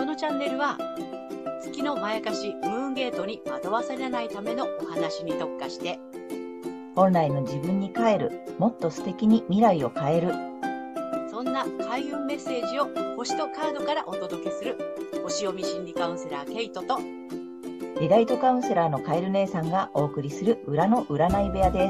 このチャンネルは月のまやかしムーンゲートに惑わされないためのお話に特化して、 本来の自分に帰る、もっと素敵に未来を変える、 そんな開運メッセージを星とカードからお届けする星読み心理カウンセラーケイトとリライトカウンセラーのカエル姉さんがお送りする裏の占い部屋です。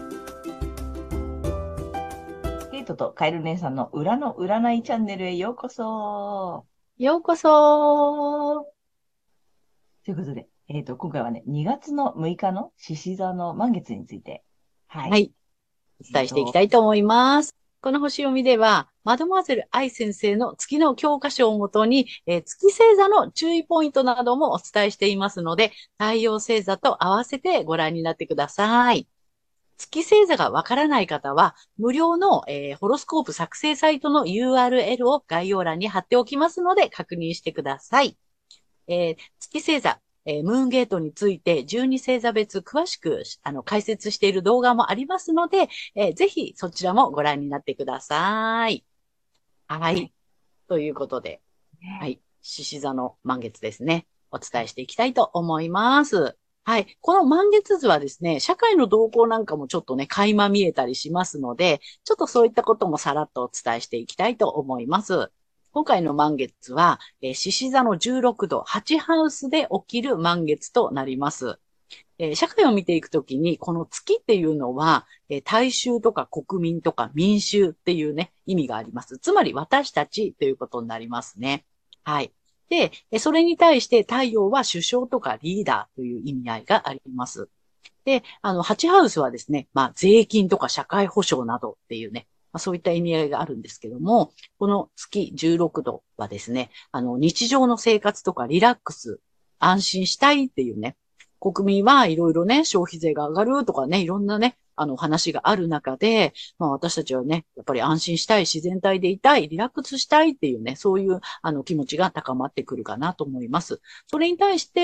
ケイトとカエル姉さんの裏の占いチャンネルへようこそ。 ようこそ。 ということで、今回はね、2月の6日の獅子座の満月について、 はい。お伝えしていきたいと思います。この星読みでは、マドモアゼル愛先生の月の教科書をもとに、月星座の注意ポイントなどもお伝えしていますので、太陽星座と合わせてご覧になってください。月星座がわからない方は、無料の、ホロスコープ作成サイトの URL を概要欄に貼っておきますので、確認してください。月星座、ムーンゲートについて12星座別詳しく解説している動画もありますので、ぜひそちらもご覧になってください。はい。ということで、はい。獅子座の満月ですね。お伝えしていきたいと思います。はい。この満月図はですね、社会の動向なんかもちょっとね、垣間見えたりしますので、ちょっとそういったこともさらっとお伝えしていきたいと思います。今回の満月は、獅子座の16度、8ハウスで起きる満月となります。社会を見ていくときに、この月っていうのは、大衆とか国民とか民衆っていうね、意味があります。つまり私たちということになりますね。はい。で、それに対して太陽は首相とかリーダーという意味合いがあります。で、8ハウスはですね、税金とか社会保障などっていうね、そういった意味合いがあるんですけども、この月16度はですね、日常の生活とかリラックス、安心したいっていうね、国民はいろいろね、消費税が上がるとかね、いろんなね、話がある中で、私たちはね、やっぱり安心したい、自然体でいたい、リラックスしたいっていうね、そういう、気持ちが高まってくるかなと思います。それに対して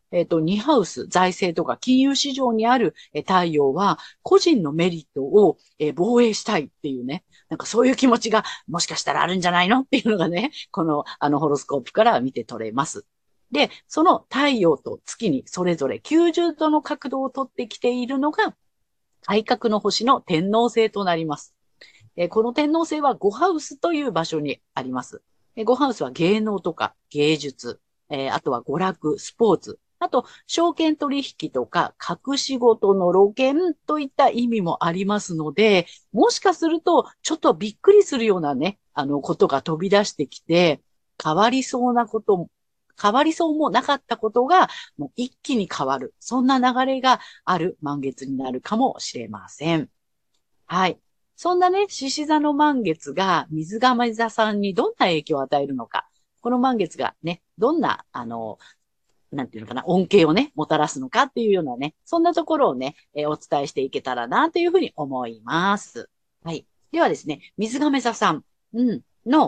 、2ハウス、財政とか金融市場にある、太陽は、個人のメリットを、防衛したいっていうね、なんかそういう気持ちがもしかしたらあるんじゃないのっていうのがね、この、ホロスコープから見て取れます。で、その太陽と月にそれぞれ90度の角度をとってきているのが、改革の星の天王星となります。この天王星は5ハウスという場所にあります。5ハウスは芸能とか芸術、あとは娯楽、スポーツ、あと、証券取引とか隠し事の露見といった意味もありますので、もしかすると、ちょっとびっくりするようなね、ことが飛び出してきて、変わりそうなことも、変わりそうもなかったことが、もう一気に変わる。そんな流れがある満月になるかもしれません。はい。そんなね、獅子座の満月が水亀座さんにどんな影響を与えるのか。この満月がね、どんな、なんていうのかな、恩恵をね、もたらすのかっていうようなね、そんなところをね、お伝えしていけたらなというふうに思います。はい。ではですね、水亀座さん、の、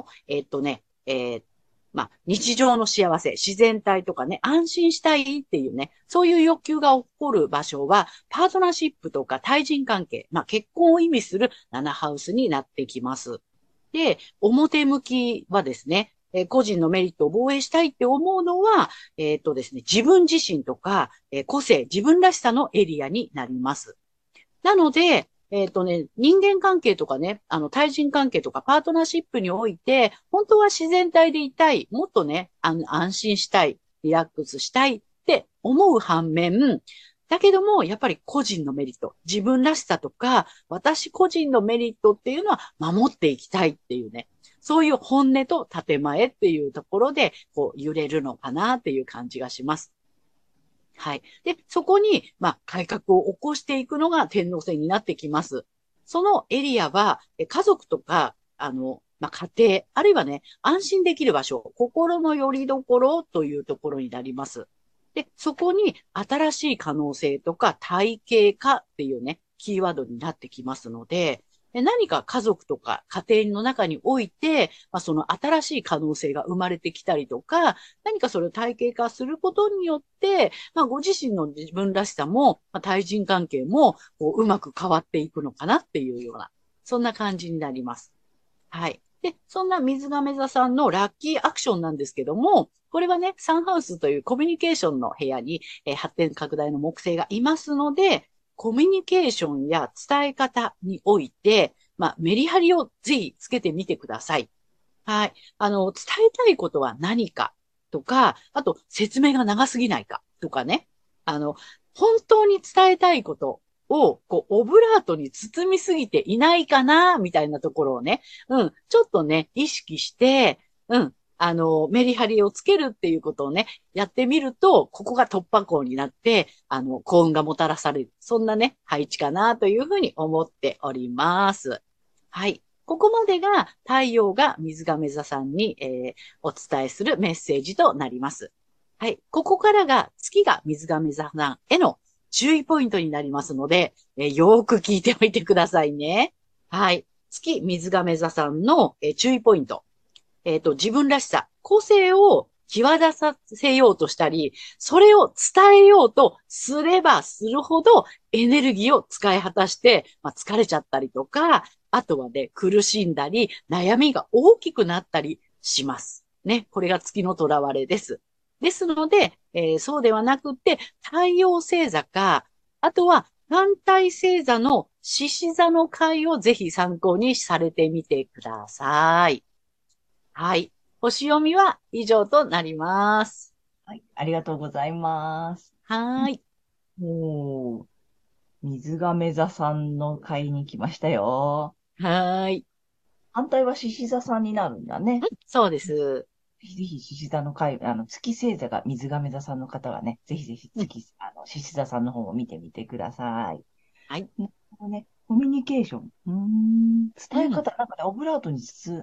日常の幸せ、自然体とかね、安心したいっていうね、そういう欲求が起こる場所は、パートナーシップとか対人関係、結婚を意味する7ハウスになってきます。で、表向きはですね、個人のメリットを防衛したいって思うのは、ですね、自分自身とか、個性、自分らしさのエリアになります。なので、人間関係とかね、対人関係とかパートナーシップにおいて、本当は自然体でいたい、もっとね、安心したい、リラックスしたいって思う反面、だけども、やっぱり個人のメリット、自分らしさとか、私個人のメリットっていうのは守っていきたいっていうね、そういう本音と建前っていうところで、こう、揺れるのかなっていう感じがします。はい。で、そこに、改革を起こしていくのが天皇制になってきます。そのエリアは、家族とか、家庭、あるいはね、安心できる場所、心の拠り所というところになります。で、そこに新しい可能性とか体系化っていうね、キーワードになってきますので、何か家族とか家庭の中において、その新しい可能性が生まれてきたりとか、何かそれを体系化することによって、ご自身の自分らしさも、対人関係も、こう、うまく変わっていくのかなっていうような、そんな感じになります。はい。 で、そんな水亀座さんのラッキーアクションなんですけども、これはね、サンハウスというコミュニケーションの部屋に、発展拡大の木星がいますので、コミュニケーションや伝え方において、メリハリをぜひつけてみてください。はい。伝えたいことは何かとか、あと説明が長すぎないかとかね。あの、本当に伝えたいことを、オブラートに包みすぎていないかな、みたいなところをね、ちょっとね、意識して、メリハリをつけるっていうことをね、やってみると、ここが突破口になって、幸運がもたらされる。そんなね、配置かなというふうに思っております。はい。ここまでが太陽が水亀座さんに、お伝えするメッセージとなります。はい。ここからが月が水亀座さんへの注意ポイントになりますので、よーく聞いておいてくださいね。はい。月水亀座さんの、注意ポイント。自分らしさ、個性を際立たせようとしたり、それを伝えようとすればするほどエネルギーを使い果たして、疲れちゃったりとか、あとはね、苦しんだり、悩みが大きくなったりします。ね。これが月の囚われです。ですので、そうではなくて、太陽星座か、あとは反対星座の獅子座の回をぜひ参考にされてみてください。はい。星読みは以上となります。 はい。ありがとうございます。 はい。 おー、水亀座さんの会に来ましたよ。 はい。 反対は獅子座さんになるんだね。 そうです。 ぜひぜひ獅子座の会、月星座が水亀座さんの方はね、ぜひぜひうん。 獅子座さんの方を見てみてください。 はい。 なるほどね、コミュニケーション。 うん。 伝え方、なんかね、オブラートに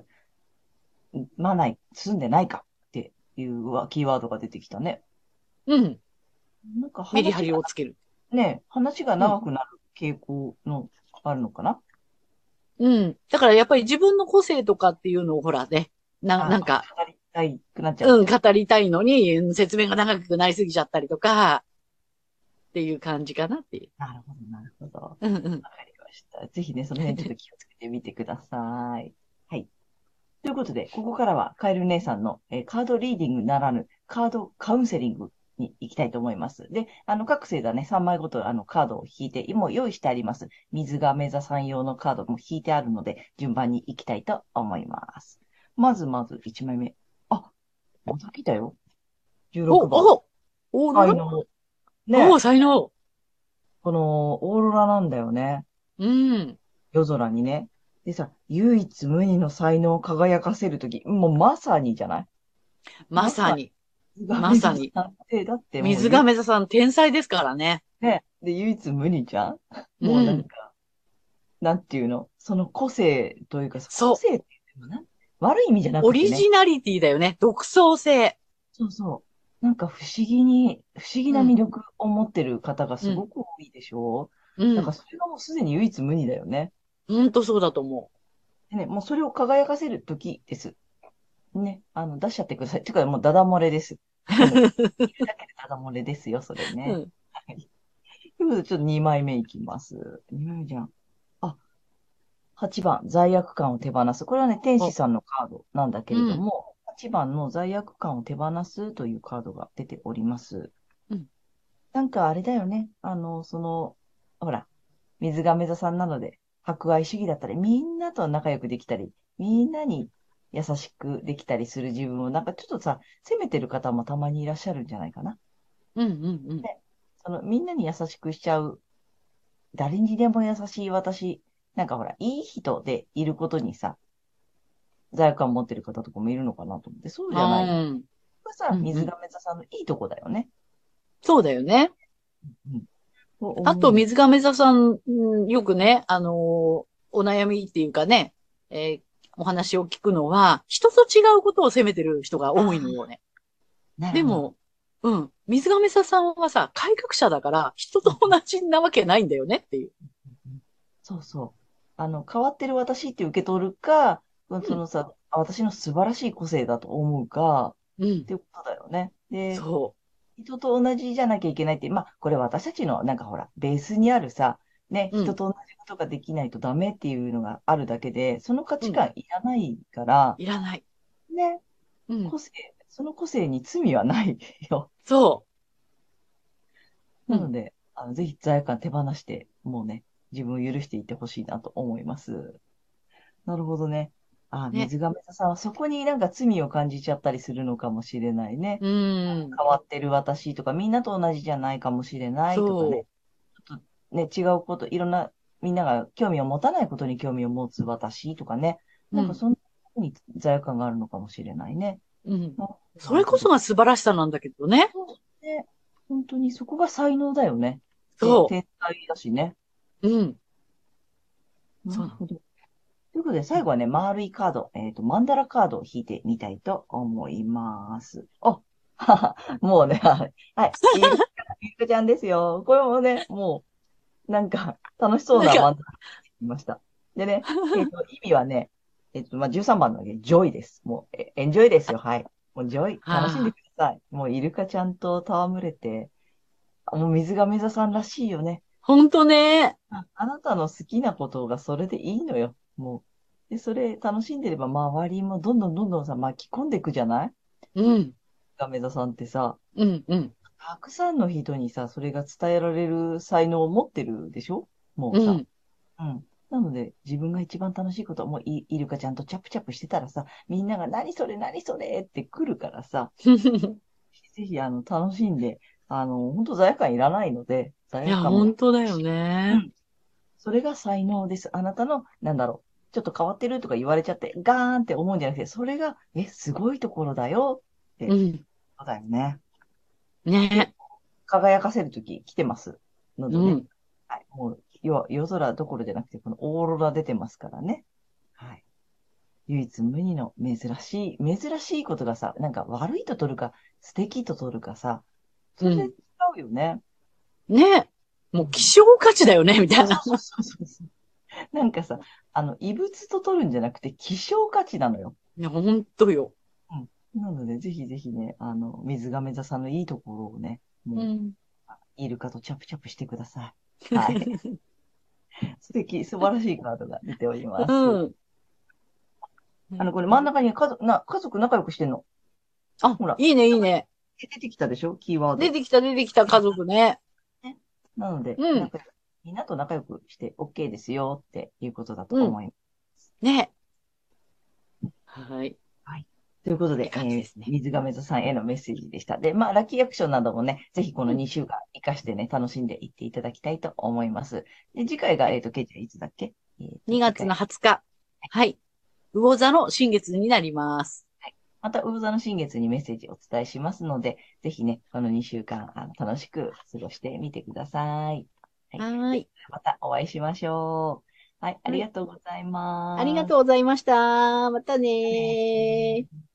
包んでないかっていうキーワードが出てきたね。 うん。 なんかメリハリをつける。 話がうん。 長くなる傾向のあるのかな。 うん。だからやっぱり自分の個性とかっていうのをほらね、なんか、 語りたいくなっちゃう。 語りたいのに、説明が長くなりすぎちゃったりとか、っていう感じかなっていう。 なるほど、なるほど。わうんうん。 かりました。ぜひね、その辺ちょっと気をつけてみてください。はい。ということで、ここからはカエル姉さんの、カードリーディングならぬカードカウンセリングに行きたいと思います。で、各星座ね、3枚ごとカードを引いて、もう用意してあります。水亀座さん用のカードも引いてあるので、順番に行きたいと思います。まず1枚目。あ、また来たよ。16番。 お、オーロラ。 才能。ね、 お、才能。 このオーロラなんだよね。 うん。 夜空にね。でさ、唯一無二の才能を輝かせるとき、もうまさにじゃない。まさまさに。 に、がめ座まさに。 さんって、だってもう水亀座さん天才ですからね。 ね、で、唯一無二じゃん。 うもうなんん。 か、なんていうの、その個性というか、個そう。 性って言っても悪い意味じゃなオくてね、 リジナリティだよね。独創性。 そうそう。なんか不思議うん。 な魅力を持ってる方がうん。 すごく多いでしょ。 うん。 だからそれがもうすでに唯一無二だよね。 ほんとそうだと思でね、もうそれを輝かせるときです。ね、出しちゃってください。てか、もうダダ漏れです。いるだけでダダ漏れですよ、それう。うね。 ん。 はい。ということで、ちょっと2枚目いきます。2枚目じゃん。あ、8番、罪悪感を手放す。これはね、天使お、 さんのカードなんだけれどうん。 も、8番の罪悪感を手放すというカードが出ております。 うん。 なんかあれだよね。ほら、水亀座さんなので、博愛主義だったり、みんなと仲良くできたり、みんなに優しくできたりする自分を、なんかちょっとさ、責めてる方もたまにいらっしゃるんじゃないかな。 うん。うん。うん。 で、みんなに優しくしちゃう、誰にでも優しい私、なんかほら、いい人でいることにさ、罪悪感を持ってる方とかもいるのかなと思って、そうじゃない。 あー、 これさ、 うん。うん。 水亀座さんのいいとこだよね。 そうだよね。 うん。とあと、 思う。 水亀座さん、よくね、お悩みっていうかね、お話を聞くのは、人と違うことを責めてる人が多いのあよね。 あ、なるほど。 でも、水亀座さんはさ、改革者だから、人とうん同じなわけないんだよねっていう。 うん、そうそう。変わってる私って受け取るか、 うん。 そのさ、私の素晴らしい個性だと思うか、 うん。 っていうことだよね。で、 そ人と同じじゃなきゃいけないって、まあ、これ私たちの、なんかほら、ベースにあるさ、 ね、 うん、 人と同じことができないとダメっていうのがあるだけで、その価うん。 値観いらないから、 いらない。 ね、 うん。 個性、その個性に罪はないよ。 そう。うん。 なので、ぜひ罪悪感手放して、もうね、自分を許していってほしいなと思います。なるほどね。 ね。 水亀座さんはそこになんか罪を感じちゃったりするのかもしれないね。 うん。 変わってる私とか、みんなと同じじゃないかもしれないとかね。 そちょっとね、違うこと、いろんな、みんなが興味を持たないことに興味を持つ私とかね。 う。うん。 なんかそんなふうに罪悪感があるのかもしれないね。 うん。 なるほど、 それこそなるほど。 が素晴らしさなんだけどね。 そうね。本当にそこが才能だよね。で、 そ天才だしね。 う。うん。そうなの。 なるほど。ということで、最後はね、丸いカード、マンダラカードを引いてみたいと思います。ははもうね、はい。はい。イルカちゃんですよ。これもね、もう、なんか、楽しそうなんか、 なマンダラいました。でね、意味はね、13番のね、ジョイです。もう、エンジョイですよ。はい。もう、ジョイ、楽しんでああ、 ください。もう、イルカちゃんと戯れて、もう、水亀座さんらしいよね。 ほんとね。 あなたの好きなことがそれでいいのよ。もう。で、それ楽しんでれば、周りもどんどんどんどんさ、巻き込んでいくじゃない。 うん。 亀座さんってさ、 うん、うん、 たくさんの人にさ、それが伝えられる才能を持ってるでしょ。もうさ。 うん。 うん。なので、自分が一番楽しいこと、もうイルカちゃんとチャプチャプしてたらさ、みんなが何それ何それって来るからさ、ぜひ、楽しんで、本当罪悪感いらないので、罪いや、 悪感もな本当だよいし、うね。 ん。それが才能です。あなたの、なんだろう。ちょっと変わってるとか言われちゃって、ガーンって思うんじゃなくて、それが、すごいところだよって、 うん。 そうだよね。で、 ね。 輝かせるとき来てますのでね。 うん。 はい。もう、要は夜空どころじゃなくて、このオーロラ出てますからね。はい。唯一無二の珍しいことがさ、なんか悪いと取るか、素敵と取るかさ、それで違うん。 うよね。 ね。 うん。 もう希少価値だよね、みたいな。 そうそうそうそうそう。なんかさ、異物と取るんじゃなくて、希少価値なのよ。 いや、本当よ。 うん。なので、ぜひぜひね、水亀座さんのいいところをね、もう、 うん。 イルカとチャプチャプしてください。はい。素晴らしいカードが出ております。 うん。 これ真ん中に家族仲良くしてんの。 あ、 ほら、 いいね、いいね。 出てきたでしょキーワード。 出てきた、出てきた家族ね。 ね。なので、 うん。 みんなと仲良くして OK ですよっていうことだとうん。 思います。 ね。はい。 はい。ということで、 いい感じですね。 水亀座さんへのメッセージでした。で、まあ、ラッキーアクションなどもね、ぜひこのうん。 2週間活かしてね、楽しんでいっていただきたいと思います。で、次回が、 はい。 ケイちゃんいつだっけ。 2月の次回。 20日。はい。魚座の新月になります。 はい。また、魚座の新月にメッセージをお伝えしますので、ぜひね、この2週間、楽しく過ごしてみてください。はい。で、 はい。 またお会いしましょう。はい、ありはい。 がとうございありがます。 とうございました。またねねー。